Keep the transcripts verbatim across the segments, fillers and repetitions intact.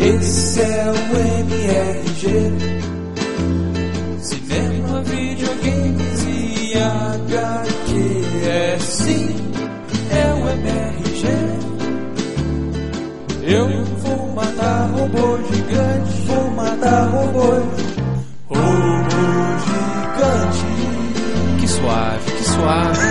Esse é o M R G. Cinema, videogames e H Q. É sim, é o M R G. Eu vou matar robô gigante, vou matar robô, robô gigante. Que suave, que suave.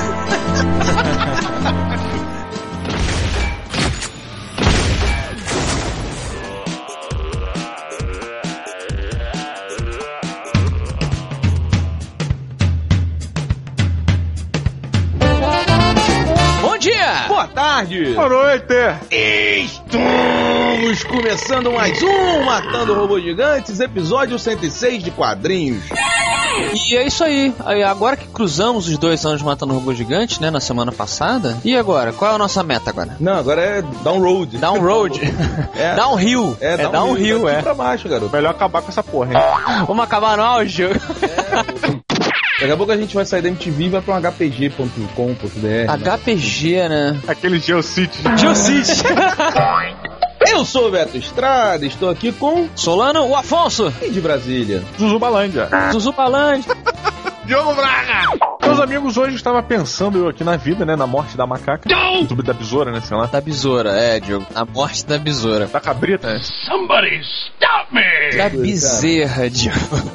Boa tarde! Boa noite! Estamos começando mais um Matando Robôs Gigantes, episódio cento e seis de quadrinhos. E é isso aí. aí. Agora que cruzamos os dois anos Matando Robô Gigante, né, na semana passada. E agora? Qual é a nossa meta agora? Não, agora é downroad. Downroad. É. Downhill. É, é downhill, daqui é. pra baixo, garoto. Melhor acabar com essa porra, hein? Vamos acabar no auge. É, daqui a pouco a gente vai sair da M T V e vai pra um H P G ponto com ponto B R. H P G, né? Aquele Geocity. Geocity. Eu sou o Beto Estrada, estou aqui com Solano, o Afonso. E de Brasília, Zuzubalândia. Zuzubalândia. Diogo Braga. Meus amigos, hoje eu estava pensando eu aqui na vida, né, na morte da macaca. Tudo da besoura, né, sei lá. Da besoura, é, Diogo. A morte da besoura. Da cabrita. Somebody stop me! Da bezerra, Diogo.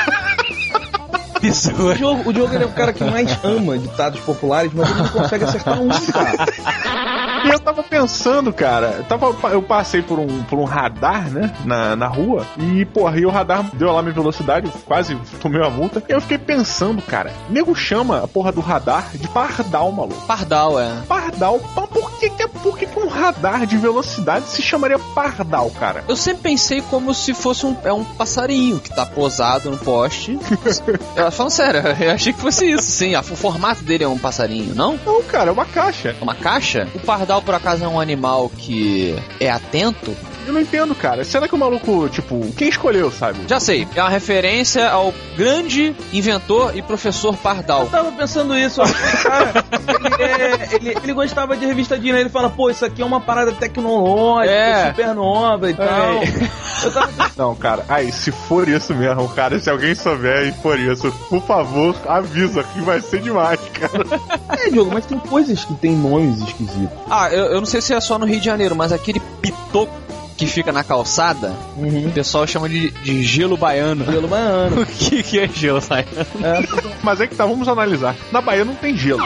O Diogo, o Diogo ele é o cara que mais ama ditados populares, mas ele não consegue acertar um, cara. E eu tava pensando, cara, eu, tava, eu passei por um, por um radar, né, na, na rua, e, porra, e o radar deu lá minha velocidade, eu quase tomei uma multa, e eu fiquei pensando, cara, nego chama a porra do radar de pardal, maluco. Pardal, é. Pardal? Mas por que, que, por que, que um radar de velocidade se chamaria pardal, cara? Eu sempre pensei como se fosse um, é um passarinho que tá posado no poste. Eu falando sério, eu achei que fosse isso, sim. O formato dele é um passarinho, não? Não, cara, é uma caixa. Uma caixa? O pardal, por acaso, é um animal que é atento? Eu não entendo, cara. Será que o maluco, tipo, quem escolheu, sabe? Já sei. É uma referência ao grande inventor e professor Pardal. Eu tava pensando isso, ó. Cara, ele, é, ele, ele gostava de revista Dina. Ele fala, pô, isso aqui é uma parada tecnológica, é. super nova e tal. Eu tava... Não, cara, aí, se for isso mesmo, cara, se alguém souber e for isso, por favor, avisa que vai ser demais, cara. É, Diogo, mas tem coisas que tem nomes esquisitos. Ah, eu, eu não sei se é só no Rio de Janeiro, mas aquele pitoco que fica na calçada, uhum. O pessoal chama de, de gelo baiano. Gelo baiano. O que, que é gelo baiano? É, mas é que tá, vamos analisar. Na Bahia não tem gelo.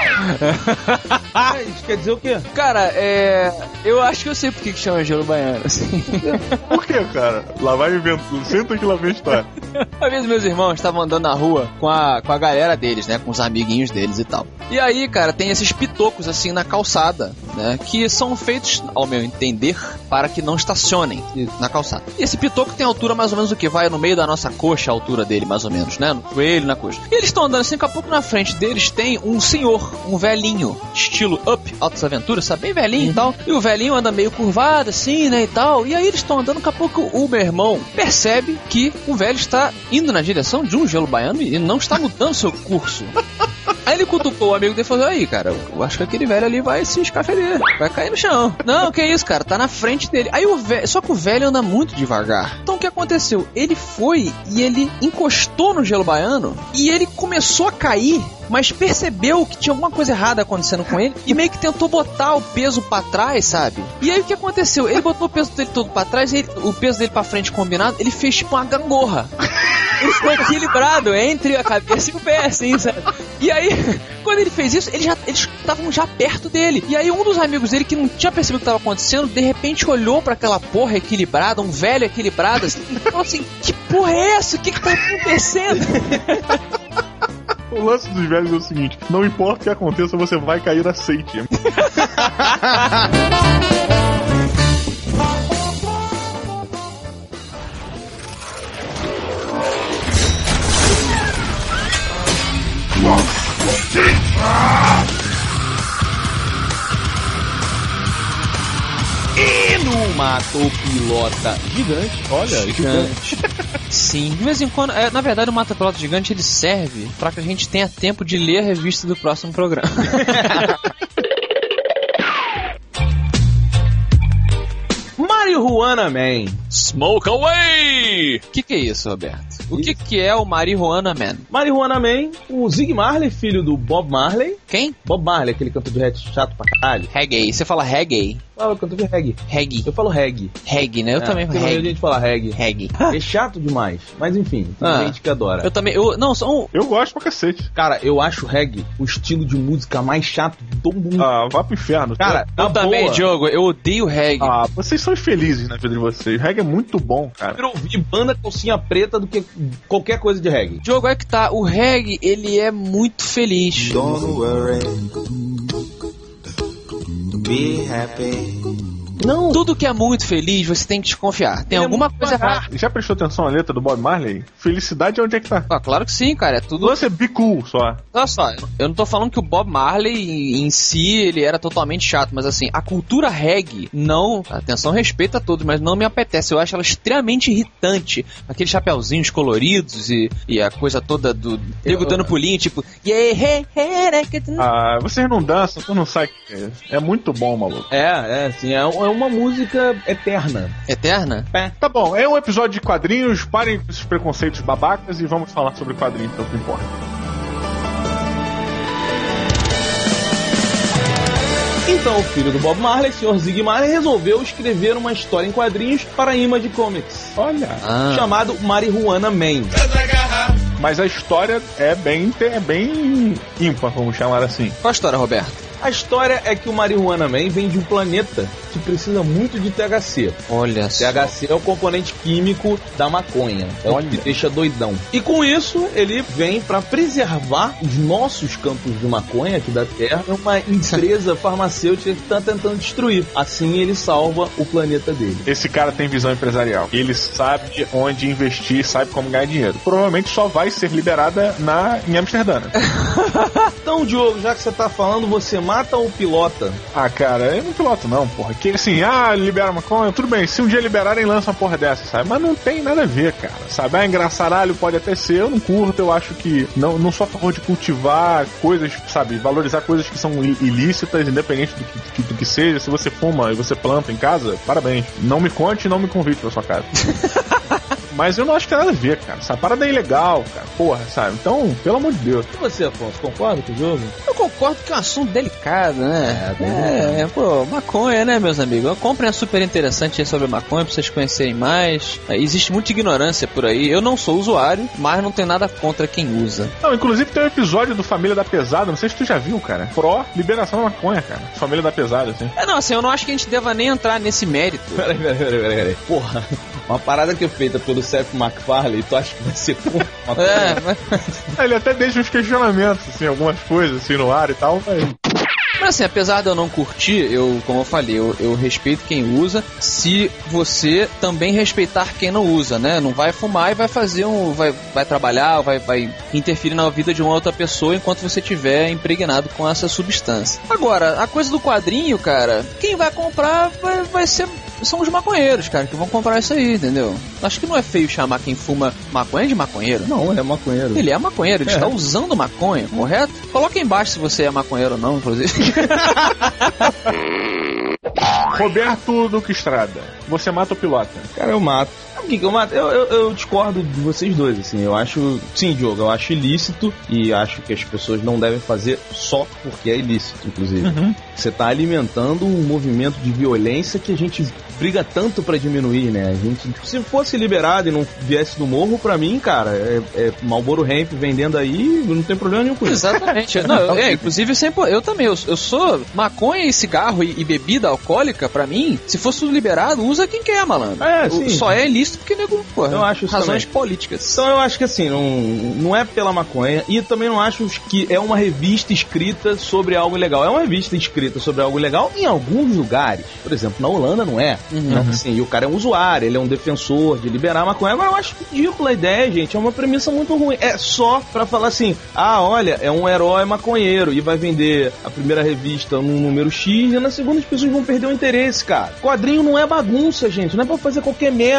É, isso quer dizer o quê? Cara, é... eu acho que eu sei por que que chama gelo baiano. Assim. Por que, cara? Lá vai inventando. Senta que lá vem história. Uma vez meus irmãos estavam andando na rua com a, com a galera deles, né? Com os amiguinhos deles e tal. E aí, cara, tem esses pitocos assim na calçada, né? Que são feitos, ao meu entender, para que não estacionem na calçada. E esse pitoco tem altura mais ou menos o que? Vai no meio da nossa coxa, a altura dele, mais ou menos, né? No joelho, na coxa. E eles estão andando assim, daqui a pouco na frente deles tem um senhor, um velhinho, estilo Up, Altas Aventuras, sabe? Bem velhinho, uhum. E tal. E o velhinho anda meio curvado assim, né? E tal. E aí eles estão andando, daqui a pouco o meu irmão percebe que o velho está indo na direção de um gelo baiano e não está mudando seu curso. Aí ele cutucou o amigo dele e falou, aí, cara, eu acho que aquele velho ali vai se escafeder, vai cair no chão. Não, que isso, cara, tá na frente dele. Aí o velho, só que o velho anda muito devagar. Então o que aconteceu? Ele foi e ele encostou no gelo baiano e ele começou a cair, mas percebeu que tinha alguma coisa errada acontecendo com ele e meio que tentou botar o peso pra trás, sabe? E aí o que aconteceu? Ele botou o peso dele todo pra trás, ele, o peso dele pra frente combinado, ele fez tipo uma gangorra. Ele ficou equilibrado entre a cabeça e o pé, assim, sabe? E aí, quando ele fez isso, ele já, eles estavam já perto dele. E aí um dos amigos dele, que não tinha percebido o que estava acontecendo, de repente olhou pra aquela porra equilibrada, um velho equilibrado, assim, e falou assim, que porra é essa? O que que tá acontecendo? O lance dos velhos é o seguinte, não importa o que aconteça, você vai cair, aceite. E no Mata-Pilota Gigante, olha, gigante. Sim, de vez em quando, é, na verdade o Mata-Pilota Gigante ele serve pra que a gente tenha tempo de ler a revista do próximo programa. Marihuana Man Smoke Away! O que, que é isso, Roberto? O que, que é o Marijuana Man? Marijuana Man, o Zig Marley, filho do Bob Marley. Quem? Bob Marley, aquele cantor de reggae chato pra caralho. Reggae. Você fala reggae? Ah, eu canto de reggae. Reggae. Eu falo reggae. Reggae, né? Eu é, também falo reggae. reggae. A gente fala reggae. Reggae. É chato demais. Mas enfim, tem ah, gente que adora. Eu também. Eu, não, só um... Eu gosto pra cacete. Cara, eu acho reggae o estilo de música mais chato do mundo. Ah, vá pro inferno. Cara, eu também, boa. Diogo. Eu odeio reggae. Ah, vocês são infelizes na vida de vocês. Reggae é muito bom, cara. Eu prefiro ouvir banda calcinha preta do que qualquer coisa de reggae. Diogo, é que tá. O reggae, ele é muito feliz. Don't worry, be happy. Não. Tudo que é muito feliz, você tem que desconfiar. Tem Ele alguma é coisa errada. Já prestou atenção na letra do Bob Marley? Felicidade é onde é que tá? Ah, claro que sim, cara. É tudo. Você é be cool só. Olha só, eu não tô falando que o Bob Marley em si, ele era totalmente chato, mas assim, a cultura reggae, não, atenção, respeito a todos, mas não me apetece. Eu acho ela extremamente irritante. Aqueles chapeuzinhos coloridos e, e a coisa toda do nego dando pulinho, tipo, yeah, hey, hey, ah, vocês não dançam, tu não sabe o que é. É muito bom, maluco. É, é, sim, é, é uma música eterna. Eterna? É. Tá bom, é um episódio de quadrinhos, parem com esses preconceitos babacas e vamos falar sobre quadrinhos, então que importa. Então, o filho do Bob Marley, senhor Zig Marley, resolveu escrever uma história em quadrinhos para a Image Comics. Olha. Ah. Chamado Marijuana Man. Mas a história é bem, é bem ímpar, vamos chamar assim. Qual a história, Roberto? A história é que o Marijuana Man vem de um planeta que precisa muito de T H C. Olha só. T H C é o componente químico da maconha. É o que deixa doidão. E com isso, ele vem para preservar os nossos campos de maconha aqui da Terra. É uma empresa farmacêutica que está tentando destruir. Assim, ele salva o planeta dele. Esse cara tem visão empresarial. Ele sabe onde investir, sabe como ganhar dinheiro. Provavelmente só vai ser liberada na, em Amsterdã. Então, Diogo, já que você tá falando, você mata ou pilota? Ah, cara, eu não piloto não, porra. Que assim, ah, libera maconha, tudo bem, se um dia liberarem, lança uma porra dessa, sabe? Mas não tem nada a ver, cara, sabe? Ah, engraçaralho pode até ser, eu não curto, eu acho que não, não sou a favor de cultivar coisas, sabe? Valorizar coisas que são ilícitas, independente do que, do que seja. Se você fuma e você planta em casa, parabéns. Não me conte e não me convide pra sua casa. Mas eu não acho que tem nada a ver, cara. Essa parada é ilegal, cara. Porra, sabe? Então, pelo amor de Deus. E você, Afonso, concorda com o jogo? Eu concordo que é um assunto delicado, né? É, é, é pô, maconha, né, meus amigos? A compra é super interessante aí sobre maconha, pra vocês conhecerem mais. É, existe muita ignorância por aí. Eu não sou usuário, mas não tenho nada contra quem usa. Não, inclusive tem um episódio do Família da Pesada, não sei se tu já viu, cara. Pró liberação da maconha, cara. Família da Pesada, assim. É, não, assim, eu não acho que a gente deva nem entrar nesse mérito. Peraí, peraí, peraí, peraí, peraí. Porra, uma parada que é feita pelo Seth MacFarlane, tu acha que vai ser contra uma coisa? É, mas... Ele até deixa uns questionamentos, assim, algumas coisas, assim, no ar e tal, mas... Mas assim, apesar de eu não curtir, eu, como eu falei, eu, eu respeito quem usa, se você também respeitar quem não usa, né? Não vai fumar e vai fazer um... vai, vai trabalhar, vai, vai interferir na vida de uma outra pessoa enquanto você estiver impregnado com essa substância. Agora, a coisa do quadrinho, cara, quem vai comprar vai, vai ser... são os maconheiros, cara, que vão comprar isso aí, entendeu? Acho que não é feio chamar quem fuma maconha de maconheiro. Não, ele é maconheiro. Ele é maconheiro, ele é. está usando maconha, correto? Coloca aí embaixo se você é maconheiro ou não, inclusive. Roberto Duque Estrada, você mata o pilota? Cara, eu mato. Sabe o que que eu mato? Eu, eu, eu discordo de vocês dois, assim. Eu acho... Sim, Diogo, eu acho ilícito e acho que as pessoas não devem fazer só porque é ilícito, inclusive. Uhum. Você tá alimentando um movimento de violência que a gente briga tanto pra diminuir, né? A gente, se fosse liberado e não viesse do morro, pra mim, cara, é, é Marlboro Hemp vendendo aí, não tem problema nenhum com isso. Exatamente. Não, eu, é, inclusive, sempre, eu também, eu, eu sou maconha e cigarro e, e bebida alcoólica, pra mim, se fosse tudo liberado, usa quem quer, malandro. É, sim. Só é ilícito porque nego, porra, eu acho razões também. políticas. Então eu acho que assim, não, não é pela maconha e também não acho que é uma revista escrita sobre algo legal. É uma revista escrita sobre algo legal em alguns lugares. Por exemplo, na Holanda não é. Uhum. Né? Assim, e o cara é um usuário, ele é um defensor de liberar a maconha. Agora eu acho ridícula a ideia, gente. É uma premissa muito ruim. É só pra falar assim, ah, olha, é um herói maconheiro e vai vender a primeira revista num número X e na segunda as pessoas vão perder o interesse, cara. Quadrinho não é bagunça, gente. Não é pra fazer qualquer merda. Pega os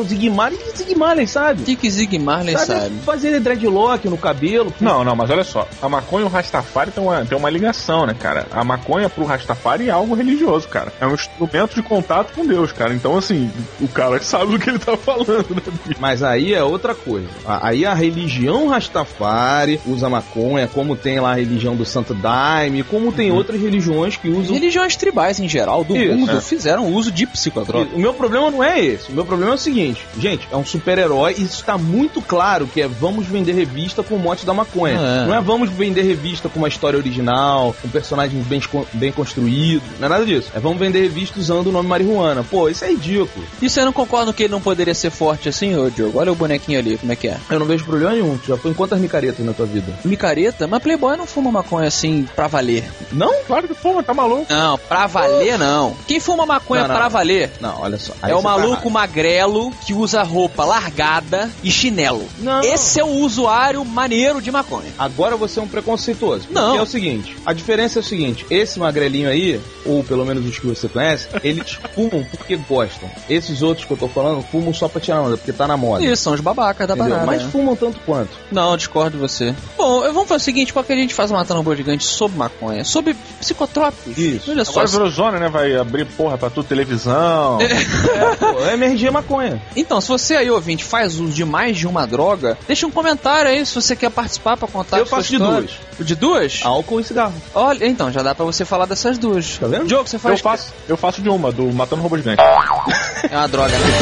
Zig Marley, que Zig Marley sabe? O que que Zig Marley sabe? sabe? Fazer dreadlock no cabelo. Pô. Não, não, mas olha só. A maconha e o Rastafari tem uma, tem uma ligação, né, cara? A maconha pro Rastafari é algo religioso, cara. É um instrumento de contato com Deus, cara. Então, assim, o cara sabe do que ele tá falando, né? Mas aí é outra coisa. Aí a religião Rastafari usa maconha, como tem lá a religião do Santo Daime, como tem uhum. outras religiões que usam... Religiões tribais, em geral, do Isso, mundo, é. fizeram uso de psicotrópicos. O meu problema não é esse. O meu problema é o seguinte. Gente, é um super-herói e está muito claro que é vamos vender revista com o mote da maconha. É. Não é vamos vender revista com uma história original, com personagens bem, bem construídos. Não é nada disso. É vamos vender revista usando o nome marihuana. Pô, isso é ridículo. E você não concorda que ele não poderia ser forte assim, ô Diogo? Olha o bonequinho ali, como é que é? Eu não vejo problema nenhum. Tu já foi em quantas micaretas na tua vida? Micareta? Mas Playboy não fuma maconha assim pra valer. Não? Claro que fuma, tá maluco. Não, pra valer não. Quem fuma maconha não, não. pra valer? Não, olha só. Aí é o maluco tá magrelo que usa roupa largada e chinelo. Não. Esse é o usuário maneiro de maconha. Agora você é um preconceituoso. Não. É o seguinte, a diferença é o seguinte, esse magrelinho aí, ou pelo menos os que você conhece, eles fumam porque gostam. Esses outros que eu tô falando, fumam só pra tirar onda, porque tá na moda. Isso, são os babacas da parada. Mas fumam tanto quanto. Não, eu discordo de você. Bom, vamos fazer o seguinte, qual que a gente faz uma Matando Robô Gigante sobre maconha? Sobre psicotrópicos. Isso. Olha só. Agora virou zona, né? Vai abrir porra pra tudo, televisão. É, pô, é M R G maconha. Então, se você aí, ouvinte, faz uso de mais de uma droga, deixa um comentário aí se você quer participar pra contar Eu a sua faço de história. duas. De duas? Álcool e cigarro. Olha, então, já dá pra você falar dessas duas. Tá vendo? Diogo, você faz... Eu faço, eu faço de uma, do Matando Robô Gigante. É uma droga, né?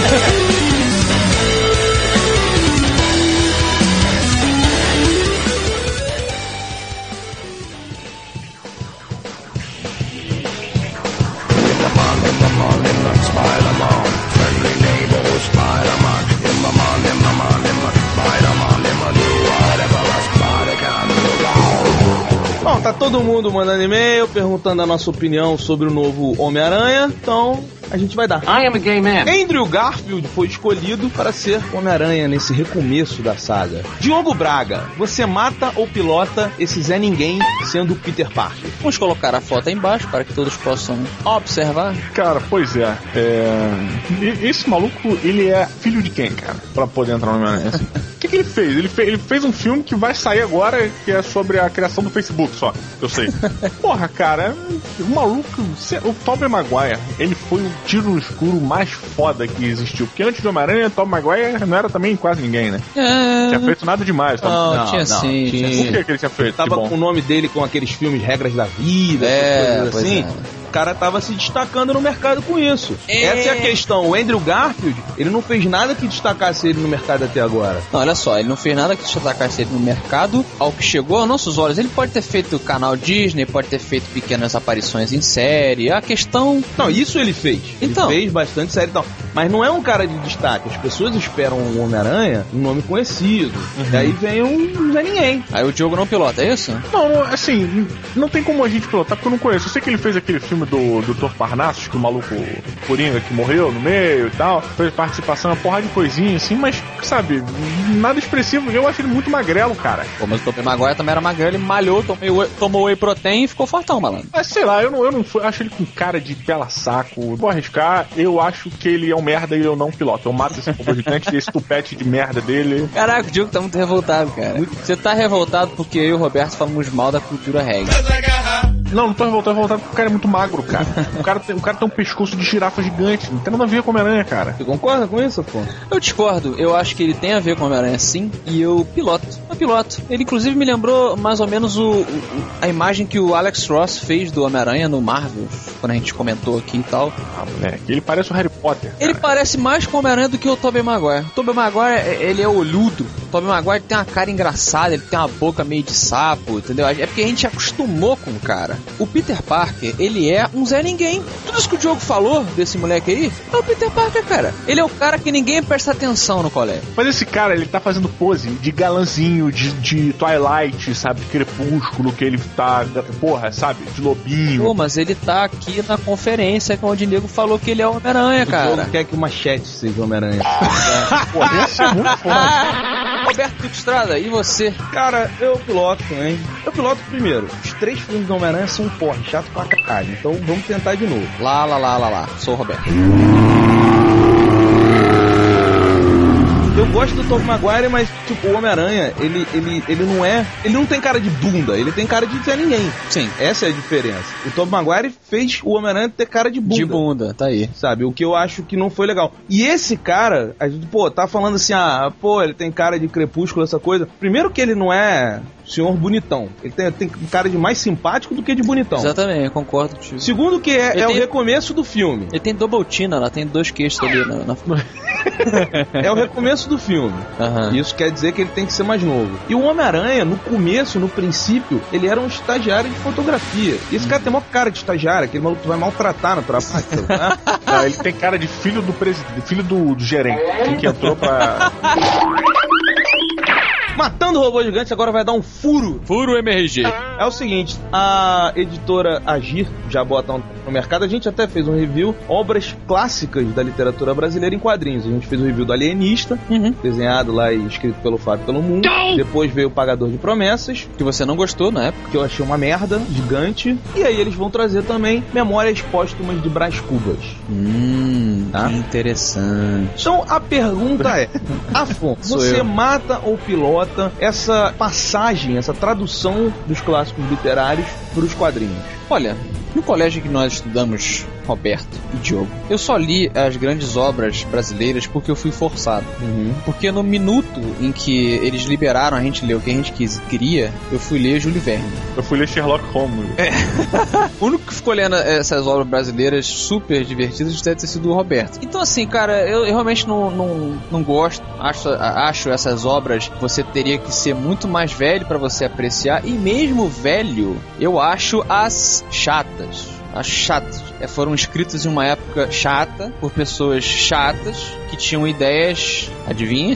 Bom, tá todo mundo mandando e-mail, perguntando a nossa opinião sobre o novo Homem-Aranha, então a gente vai dar. I am a gay man. Andrew Garfield foi escolhido para ser Homem-Aranha nesse recomeço da saga. Diogo Braga, você mata ou pilota esse Zé Ninguém sendo Peter Parker? Vamos colocar a foto aí embaixo para que todos possam observar. Cara, pois é, é... Esse maluco, ele é filho de quem, cara? Pra poder entrar no Homem-Aranha. O que, que ele fez? Ele, fez? ele fez um filme que vai sair agora, que é sobre a criação do Facebook só, eu sei. Porra, cara, o maluco, o Tobey Maguire, ele foi o tiro no escuro mais foda que existiu. Porque antes do Homem-Aranha, Tobey Maguire não era também quase ninguém, né? É... Tinha feito nada demais. Não, não, tinha não, sim. Tinha. Tinha. Por que, que ele tinha feito? Ele tava com o nome dele com aqueles filmes Regras da Vida, é, coisas assim. É. O cara tava se destacando no mercado com isso. É. Essa é a questão. O Andrew Garfield, ele não fez nada que destacasse ele no mercado até agora. Não, olha só, ele não fez nada que destacasse ele no mercado. Ao que chegou aos nossos olhos, ele pode ter feito canal Disney, pode ter feito pequenas aparições em série. A questão... Não, isso ele fez. Então. Ele fez bastante série e tal. Mas não é um cara de destaque. As pessoas esperam o Homem-Aranha um nome conhecido. Uhum. E aí vem um Zé Ninguém. Aí o Diogo não pilota, é isso? Não, assim, não tem como a gente pilotar, porque eu não conheço. Eu sei que ele fez aquele filme do doutor Parnassus, que o maluco Coringa que morreu no meio e tal, fez participação, uma porrada de coisinha assim, mas, sabe, nada expressivo. Eu acho ele muito magrelo, cara. Pô, mas o Tobey Maguire também era magrelo, ele malhou, tomou, tomou whey protein e ficou fortão, malandro. Mas sei lá, eu não, eu não acho ele com cara de pela saco. Vou arriscar, eu acho que ele é um merda e eu não piloto. Eu mato esse robô gigante, esse tupete de merda dele. Caraca, o Diogo tá muito revoltado, cara. Muito. Você tá revoltado porque eu e o Roberto falamos mal da cultura reggae. Não, não tô revoltado, revoltado porque o cara é muito magro, cara. O cara, tem, o cara tem um pescoço de girafa gigante. Não tem nada a ver com Homem-Aranha, cara. Você concorda com isso, pô? Eu discordo. Eu acho que ele tem a ver com Homem-Aranha, sim. E eu piloto. Eu piloto. Ele, inclusive, me lembrou mais ou menos o, o, a imagem que o Alex Ross fez do Homem-Aranha no Marvel, quando a gente comentou aqui e tal. Ah, moleque. Ele parece o Harry Potter, cara. Ele parece mais com o Homem-Aranha do que o Tobey Maguire. O Tobey Maguire, ele é olhudo. O Tobey Maguire tem uma cara engraçada, ele tem uma boca meio de sapo, entendeu? É porque a gente acostumou com o cara. O Peter Parker, ele é um Zé Ninguém. Tudo isso que o Diogo falou desse moleque aí é o Peter Parker, cara. Ele é o cara que ninguém presta atenção no colégio. Mas esse cara, ele tá fazendo pose de galanzinho, de, de Twilight, sabe? De Crepúsculo, que ele tá, porra, sabe? De lobinho. Pô, mas ele tá aqui na conferência onde o nego falou que ele é o Homem-Aranha, cara. O Diogo quer que o Machete seja o Homem-Aranha. Pô, esse é muito foda. Roberto Pico Estrada, e você? Cara, eu piloto, hein? Eu piloto primeiro. Os três filmes do Homem-Aranha são um porra, chato pra caralho. Então vamos tentar de novo. Lá, lá, lá, lá, lá. Sou o Roberto. gosto do Tobey Maguire, mas, tipo, o Homem-Aranha, ele, ele, ele não é... Ele não tem cara de bunda, ele tem cara de Zé Ninguém. Sim. Essa é a diferença. O Tobey Maguire fez o Homem-Aranha ter cara de bunda. De bunda, tá aí. Sabe? O que eu acho que não foi legal. E esse cara, a gente, pô, tá falando assim, ah, pô, ele tem cara de Crepúsculo, essa coisa. Primeiro que ele não é senhor bonitão. Ele tem, tem cara de mais simpático do que de bonitão. Exatamente, eu concordo contigo. Segundo que é, é tem... o recomeço do filme. Ele tem double chin, ela tem dois queixos ali na... na... É o recomeço do filme. Uhum. Isso quer dizer que ele tem que ser mais novo. E o Homem-Aranha, no começo, no princípio, ele era um estagiário de fotografia. E esse cara tem uma cara de estagiário, aquele maluco vai maltratar no trabalho. Né? Não, ele tem cara de filho do presidente, filho do, do gerente, que entrou pra... Matando o Robô Gigante, agora vai dar um furo. Furo M R G. É o seguinte, a editora Agir já bota no mercado, a gente até fez um review, obras clássicas da literatura brasileira em quadrinhos. A gente fez o um review do Alienista, uhum. desenhado lá e escrito pelo Fábio Pelo Mundo. Depois veio o Pagador de Promessas, que você não gostou na época. Que eu achei uma merda gigante. E aí eles vão trazer também Memórias Póstumas de Brás Cubas. Hum, tá? Que interessante. Então a pergunta é, Afonso, você eu. mata ou pilota essa passagem, essa tradução dos clássicos literários para os quadrinhos? Olha, no colégio que nós estudamos, Roberto e Diogo, eu só li as grandes obras brasileiras porque eu fui forçado. Uhum. Porque no minuto em que eles liberaram a gente ler o que a gente quis, queria, eu fui ler Júlio Verne. Eu fui ler Sherlock Holmes. É. O único que ficou lendo essas obras brasileiras super divertidas deve ter sido o Roberto. Então assim, cara, eu, eu realmente não, não, não gosto. Acho, acho essas obras, você teria que ser muito mais velho pra você apreciar. E mesmo velho, eu acho as chatas. Acho chatas. É, foram escritas em uma época chata, por pessoas chatas, que tinham ideias... Adivinha?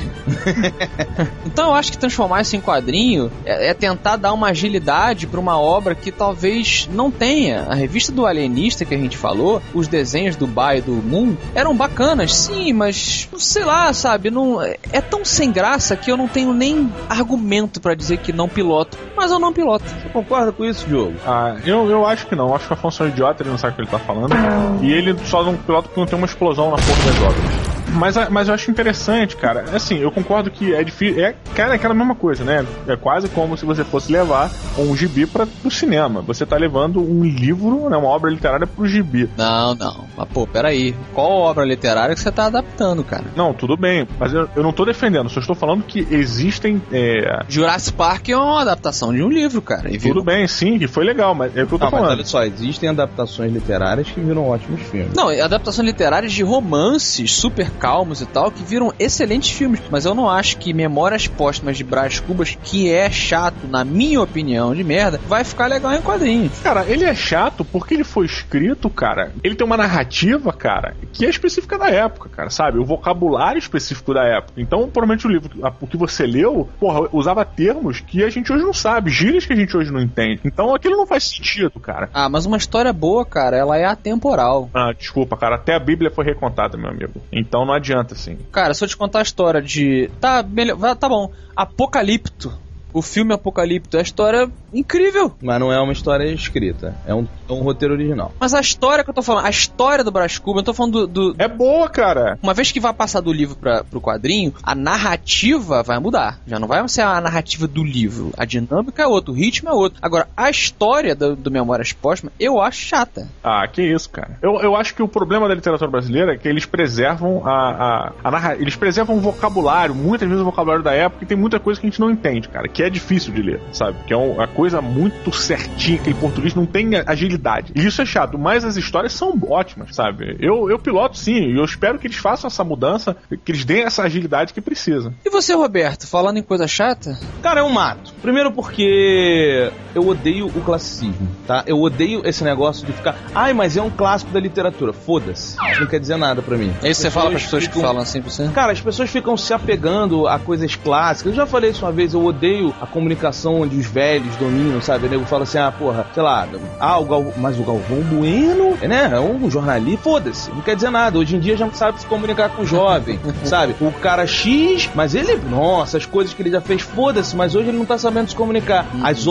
Então eu acho que transformar isso em quadrinho é, é tentar dar uma agilidade pra uma obra que talvez não tenha. A revista do Alienista que a gente falou, os desenhos do Ba e do Moon, eram bacanas, sim, mas sei lá, sabe, não, é tão sem graça que eu não tenho nem argumento pra dizer que não piloto, mas eu não piloto. Você concorda com isso, Diogo? Ah, eu, eu acho que não. Eu acho que a função é idiota, ele não sabe o que ele tá falando. E ele só não pilota porque não tem uma explosão na porra das obras. Mas, mas eu acho interessante, cara. Assim, eu concordo que é difícil. É, cara, é aquela mesma coisa, né? É quase como se você fosse levar um gibi para o cinema. Você tá levando um livro, né, uma obra literária pro gibi. Não, não. Mas, pô, peraí. Qual obra literária que você tá adaptando, cara? Não, tudo bem. Mas eu, eu não tô defendendo. Só estou falando que existem... É... Jurassic Park é uma adaptação de um livro, cara. E tudo viu? bem, sim, que foi legal. Mas é o que eu tô não, falando. Mas olha só, existem adaptações literárias que viram ótimos filmes. Não, adaptações literárias de romances super calmos e tal, que viram excelentes filmes, mas eu não acho que Memórias Póstumas de Brás Cubas, que é chato, na minha opinião, de merda, vai ficar legal em quadrinhos. Cara, ele é chato porque ele foi escrito, cara, ele tem uma narrativa, cara, que é específica da época, cara, sabe? O vocabulário específico da época. Então, provavelmente o livro, o que você leu, porra, usava termos que a gente hoje não sabe, gírias que a gente hoje não entende. Então, aquilo não faz sentido, cara. Ah, mas uma história boa, cara, ela é atemporal. Ah, desculpa, cara, até a Bíblia foi recontada, meu amigo. Então não adianta, assim. Cara, se eu te contar a história de... Tá, melhor, tá bom. Apocalipto. O filme Apocalipto é uma história incrível. Mas não é uma história escrita. É um, é um roteiro original. Mas a história que eu tô falando, a história do Brás Cubas, eu tô falando do, do... É boa, cara. Uma vez que vai passar do livro pra, pro quadrinho, a narrativa vai mudar. Já não vai ser a narrativa do livro. A dinâmica é outra, o ritmo é outro. Agora, a história do, do Memórias Póstumas, eu acho chata. Ah, que isso, cara. Eu, eu acho que o problema da literatura brasileira é que eles preservam a, a, a narra... Eles preservam o vocabulário, muitas vezes o vocabulário da época, e tem muita coisa que a gente não entende, cara. Que é difícil de ler, sabe? Que é uma coisa muito certinha, que em português não tem agilidade. E isso é chato, mas as histórias são ótimas, sabe? Eu, eu piloto sim, e eu espero que eles façam essa mudança, que eles deem essa agilidade que precisa. E você, Roberto, falando em coisa chata? Cara, eu mato. Primeiro porque eu odeio o classicismo, tá? Eu odeio esse negócio de ficar, ai, mas é um clássico da literatura. Foda-se. Não quer dizer nada pra mim. É isso que você fala pras pessoas ficam... que falam assim pra você? Cara, as pessoas ficam se apegando a coisas clássicas. Eu já falei isso uma vez, eu odeio a comunicação onde os velhos dominam, sabe? O nego fala assim, ah, porra, sei lá, ah, o Gal... mas o Galvão Bueno, né? É um jornalista, foda-se, não quer dizer nada. Hoje em dia já não sabe se comunicar com o jovem, sabe? O cara X, mas ele, nossa, as coisas que ele já fez, foda-se, mas hoje ele não tá sabendo se comunicar. As obras antigas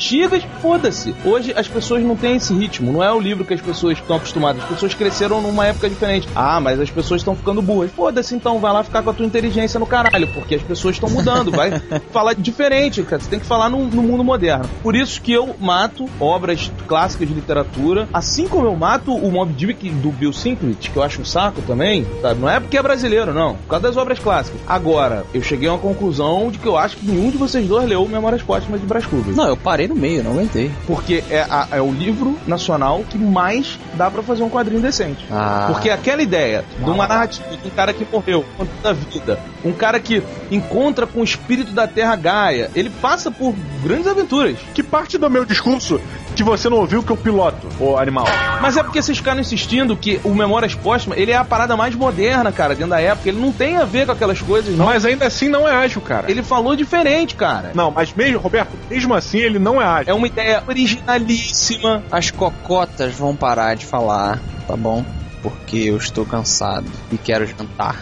antigas, foda-se. Hoje as pessoas não têm esse ritmo, não é o livro que as pessoas estão acostumadas. As pessoas cresceram numa época diferente. Ah, mas as pessoas estão ficando burras. Foda-se, então, vai lá ficar com a tua inteligência no caralho, porque as pessoas estão mudando, vai falar diferente, cara. Você tem que falar no, no mundo moderno. Por isso que eu mato obras clássicas de literatura, assim como eu mato o Moby Dick do Bill Sienkiewicz, que eu acho um saco também, sabe? Não é porque é brasileiro, não. Por causa das obras clássicas. Agora, eu cheguei a uma conclusão de que eu acho que nenhum de vocês dois leu Memórias Póstumas de Brás Cubas. Não, eu parei no meio, não aguentei. Porque é, a, é o livro nacional que mais dá pra fazer um quadrinho decente. Ah. Porque aquela ideia de uma narrativa de um cara que morreu, contando a vida, um cara que encontra com o espírito da Terra Gaia, ele passa por grandes aventuras. Que parte do meu discurso que você não ouviu que eu piloto, ô animal? Mas é porque vocês ficaram insistindo que o Memórias Póstumas, ele é a parada mais moderna, cara, dentro da época. Ele não tem a ver com aquelas coisas, não. Mas ainda assim não é ágil, cara. Ele falou diferente, cara. Não, mas mesmo, Roberto, mesmo assim ele não é ágil. É uma ideia originalíssima. As cocotas vão parar de falar, tá bom? Porque eu estou cansado e quero jantar.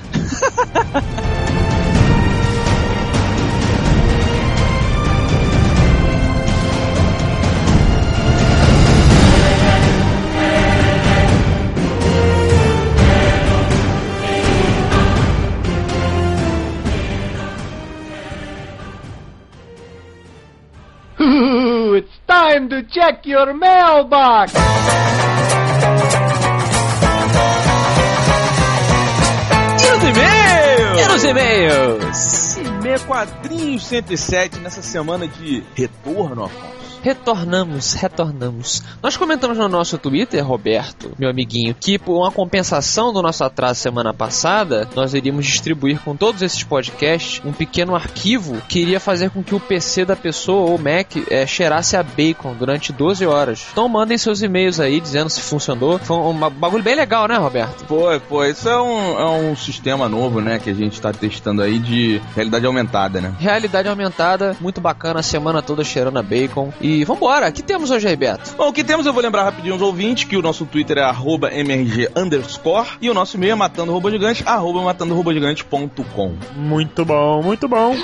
Ooh, it's time to check your mailbox. E nos e-mails? E nos e-mails? E-mail Quadrinhos cento e sete, nessa semana de retorno, Afonso. Retornamos, retornamos. Nós comentamos no nosso Twitter, Roberto, meu amiguinho, que por uma compensação do nosso atraso semana passada, nós iríamos distribuir com todos esses podcasts um pequeno arquivo que iria fazer com que o P C da pessoa ou Mac é, cheirasse a bacon durante doze horas. Então mandem seus e-mails aí dizendo se funcionou. Foi um bagulho bem legal, né, Roberto? Foi, foi. Isso é um, é um sistema novo, né, que a gente tá testando aí de realidade aumentada, né? Realidade aumentada, muito bacana, a semana toda cheirando a bacon. E E vambora, o que temos hoje aí, Beto? Bom, o que temos, eu vou lembrar rapidinho aos ouvintes que o nosso Twitter é arroba mrg underscore e o nosso e-mail é matando robô gigante, arroba matando robô gigante ponto com. Muito bom, muito bom.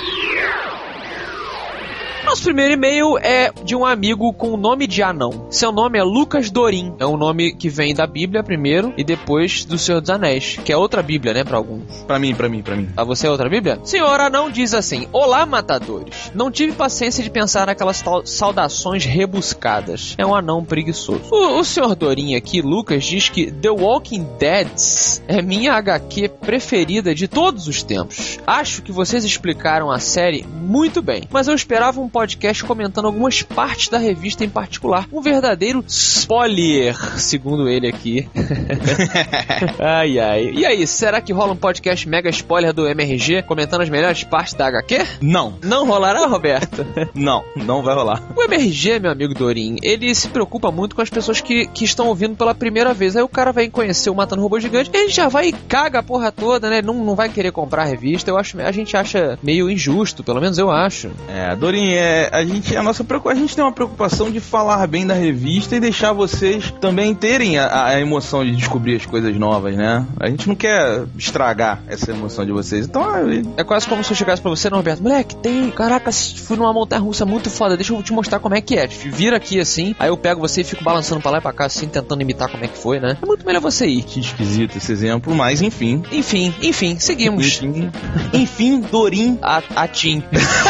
Nosso primeiro e-mail é de um amigo com o nome de anão. Seu nome é Lucas Dorim. É um nome que vem da Bíblia primeiro e depois do Senhor dos Anéis, que é outra Bíblia, né, pra alguns. Pra mim, pra mim, pra mim. A você é outra Bíblia? Senhor Anão diz assim: Olá, matadores. Não tive paciência de pensar naquelas saudações rebuscadas. É um anão preguiçoso. O, o senhor Dorim aqui, Lucas, diz que The Walking Dead é minha H Q preferida de todos os tempos. Acho que vocês explicaram a série muito bem, mas eu esperava um podcast comentando algumas partes da revista em particular. Um verdadeiro spoiler, segundo ele aqui. Ai, ai. E aí, será que rola um podcast mega spoiler do M R G comentando as melhores partes da H Q? Não. Não rolará, Roberto? Não, não vai rolar. O M R G, meu amigo Dorim, ele se preocupa muito com as pessoas que, que estão ouvindo pela primeira vez. Aí o cara vai conhecer o Matando Robô Gigante, ele já vai e caga a porra toda, né? Não, não vai querer comprar a revista. Eu acho, a gente acha meio injusto, pelo menos eu acho. É, Dorim, é É, a gente, a nossa a gente tem uma preocupação de falar bem da revista e deixar vocês também terem a, a emoção de descobrir as coisas novas, né? A gente não quer estragar essa emoção de vocês. Então é, é quase como se eu chegasse pra você, não, Roberto, moleque, tem, caraca, fui numa montanha-russa muito foda, deixa eu te mostrar como é que é. Vira aqui assim, aí eu pego você e fico balançando pra lá e pra cá assim, tentando imitar como é que foi, né? É muito melhor você ir. Que esquisito esse exemplo, mas enfim. Enfim, enfim, seguimos. Enfim, enfim Dorim a, a Tim.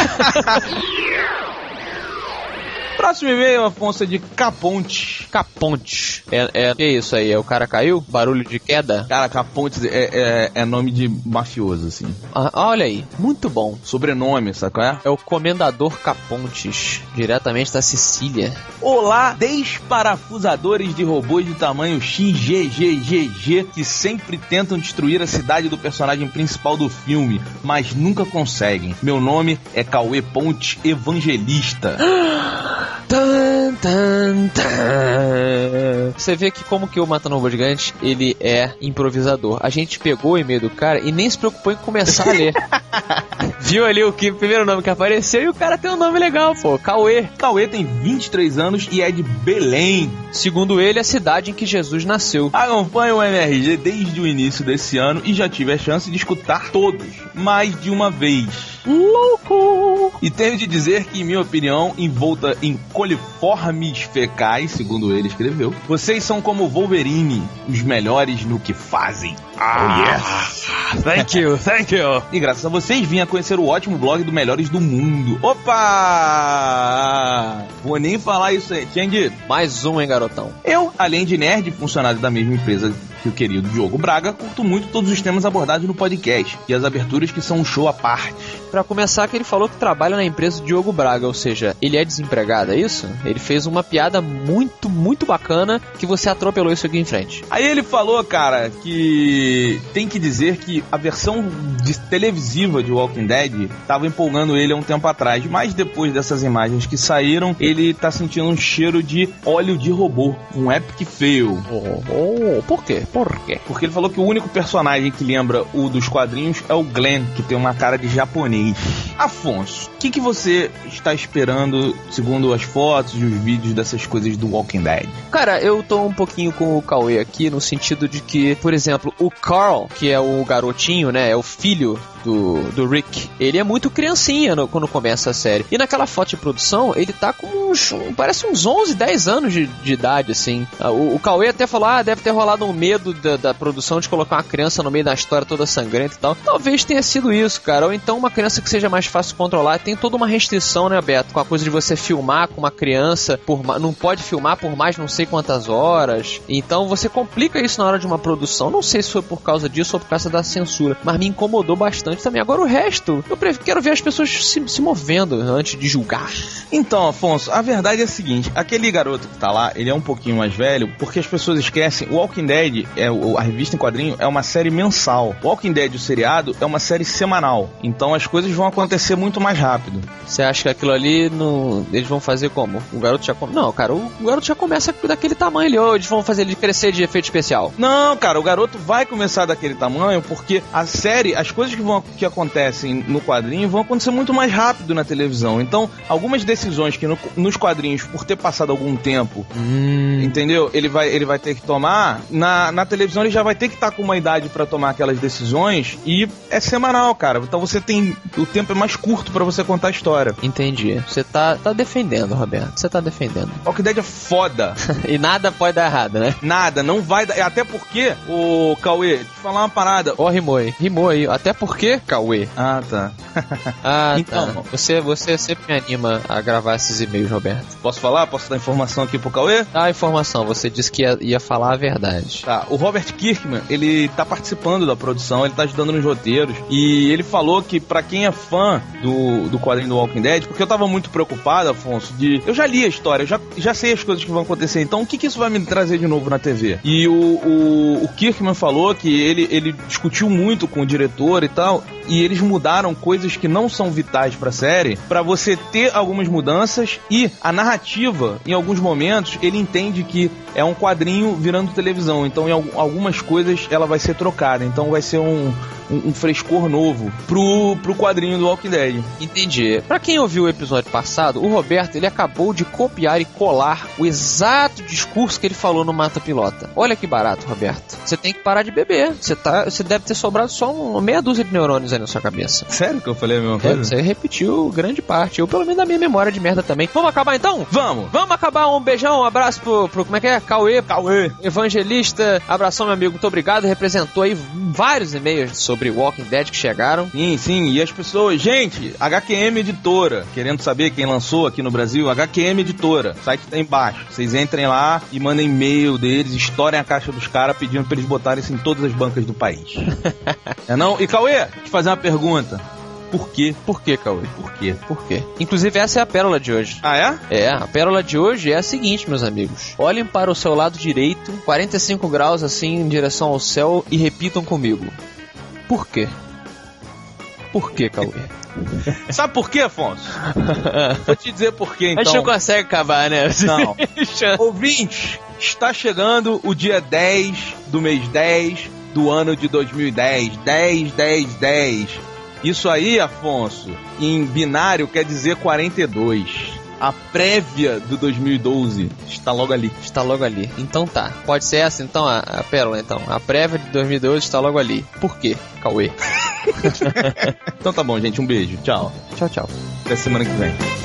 Próximo e-mail, Afonso, é de Caponte. Caponte. É, é, que isso aí? É o cara caiu? Barulho de queda? Cara, Caponte é, é, é nome de mafioso, assim. Ah, olha aí, muito bom. Sobrenome, sabe qual é? É o Comendador Capontes, diretamente da Sicília. Olá, desparafusadores de robôs de tamanho X G G G G que sempre tentam destruir a cidade do personagem principal do filme, mas nunca conseguem. Meu nome é Cauê Ponte Evangelista. Tan, tan, tan. Você vê que como que o Matando Robô Gigante, ele é improvisador. A gente pegou o e-mail do cara e nem se preocupou em começar a ler. Viu ali o, que, o primeiro nome que apareceu e o cara tem um nome legal, pô, Cauê. Cauê tem vinte e três anos e é de Belém. Segundo ele, a cidade em que Jesus nasceu. Acompanho o M R G desde o início desse ano e já tive a chance de escutar todos, mais de uma vez. louco. E tenho de dizer que, em minha opinião, envolta em coliformes fecais, segundo ele escreveu, vocês são como Wolverine, os melhores no que fazem. Ah, oh, yes. Thank you, thank you. E graças a vocês vim a conhecer o ótimo blog do Melhores do Mundo. Opa! Vou nem falar isso aí. Chang, mais um, hein, garotão? Eu, além de nerd, funcionário da mesma empresa que o querido Diogo Braga, curto muito todos os temas abordados no podcast e as aberturas que são um show à parte. Pra começar, que ele falou que trabalha na empresa do Diogo Braga, ou seja, ele é desempregado, é isso? Ele fez uma piada muito, muito bacana que você atropelou isso aqui em frente. Aí ele falou, cara, que tem que dizer que a versão de televisiva de Walking Dead tava empolgando ele há um tempo atrás, mas depois dessas imagens que saíram, ele tá sentindo um cheiro de óleo de robô, um epic fail. Oh, oh, por quê? Por quê? Porque ele falou que o único personagem que lembra o dos quadrinhos é o Glenn, que tem uma cara de japonês. Afonso, o que, que você está esperando, segundo as fotos e os vídeos dessas coisas do Walking Dead? Cara, eu tô um pouquinho com o Cauê aqui, no sentido de que, por exemplo, o Carl, que é o garotinho, né, é o filho do, do Rick, ele é muito criancinha no, quando começa a série. E naquela foto de produção, ele tá com uns, parece uns onze, dez anos de, de idade, assim. O, o Cauê até falou, ah, deve ter rolado um medo Da, da produção de colocar uma criança no meio da história toda sangrenta e tal. Talvez tenha sido isso, cara. Ou então uma criança que seja mais fácil de controlar. Tem toda uma restrição, né, Beto? Com a coisa de você filmar com uma criança, por não pode filmar por mais não sei quantas horas. Então você complica isso na hora de uma produção. Não sei se foi por causa disso ou por causa da censura, mas me incomodou bastante também. Agora o resto, eu quero ver as pessoas se, se movendo antes de julgar. Então, Afonso, a verdade é a seguinte. Aquele garoto que tá lá, ele é um pouquinho mais velho, porque as pessoas esquecem, o Walking Dead é, a revista em quadrinho é uma série mensal. Walking Dead, o seriado, é uma série semanal. Então as coisas vão acontecer muito mais rápido. Você acha que aquilo ali, no... eles vão fazer como? O garoto já... Come... Não, cara, o garoto já começa daquele tamanho ali. Ou eles vão fazer ele crescer de efeito especial? Não, cara, o garoto vai começar daquele tamanho porque a série, as coisas que, vão, que acontecem no quadrinho vão acontecer muito mais rápido na televisão. Então, algumas decisões que no, nos quadrinhos, por ter passado algum tempo, hum. entendeu? Ele vai, ele vai ter que tomar, na, na televisão ele já vai ter que estar tá com uma idade pra tomar aquelas decisões e é semanal, cara. Então você tem... O tempo é mais curto pra você contar a história. Entendi. Você tá, tá defendendo, Roberto. Você tá defendendo. Walking Dead é foda. E nada pode dar errado, né? Nada. Não vai dar... Até porque, o Cauê, deixa eu falar uma parada. Ó, oh, rimou aí. Rimou aí. Até porque, Cauê. Ah, tá. ah, então, tá. Você, você sempre me anima a gravar esses e-mails, Roberto. Posso falar? Posso dar informação aqui pro Cauê? Dá a informação. Você disse que ia, ia falar a verdade. Tá. O Robert Kirkman, ele tá participando da produção, ele tá ajudando nos roteiros, e ele falou que pra quem é fã do, do quadrinho do Walking Dead, porque eu tava muito preocupado, Afonso, de... Eu já li a história, eu já, já sei as coisas que vão acontecer, então o que que isso vai me trazer de novo na T V? E o, o, o Kirkman falou que ele, ele discutiu muito com o diretor e tal, e eles mudaram coisas que não são vitais pra série, pra você ter algumas mudanças, e a narrativa, em alguns momentos, ele entende que é um quadrinho virando televisão, então em algumas coisas ela vai ser trocada, então vai ser um, um, um frescor novo pro, pro quadrinho do Walking Dead. Entendi. Pra quem ouviu o episódio passado, o Roberto, ele acabou de copiar e colar o exato discurso que ele falou no Mata Pilota. Olha que barato, Roberto. Você tem que parar de beber. Você tá, você deve ter sobrado só uma meia dúzia de neurônios aí na sua cabeça. Sério que eu falei a mesma coisa? É, você repetiu grande parte. Eu, pelo menos, da minha memória de merda também. Vamos acabar então? Vamos! Vamos acabar. Um beijão, um abraço pro, pro como é que é? Cauê. Cauê. Evangelista. Abração, meu amigo. Muito obrigado. Representou aí vários e-mails sobre Walking Dead que chegaram. Sim, sim. E as pessoas... Gente, H Q M Editora. Querendo saber quem lançou aqui no Brasil? H Q M Editora. O site tá embaixo. Vocês entrem lá e mandem e-mail deles, estourem a caixa dos caras pedindo pra eles botarem isso em todas as bancas do país. É não? E Cauê, te fazer uma pergunta. Por quê? Por quê, Cauê? Por quê? Por quê? Inclusive, essa é a pérola de hoje. Ah, é? É, a pérola de hoje é a seguinte, meus amigos. Olhem para o seu lado direito, quarenta e cinco graus assim em direção ao céu e repitam comigo. Por quê? Por quê, Cauê? Sabe por quê, Afonso? Vou te dizer por quê, então. A gente não consegue acabar, né? Não. Ouvintes, está chegando o dia dez do mês dez do ano de dois mil e dez. dez, dez, dez. Isso aí, Afonso, em binário quer dizer quarenta e dois. A prévia do dois mil e doze está logo ali. Está logo ali. Então tá. Pode ser essa, então, a, a pérola, então. A prévia de dois mil e doze está logo ali. Por quê, Cauê? Então tá bom, gente. Um beijo. Tchau. Tchau, tchau. Até semana que vem.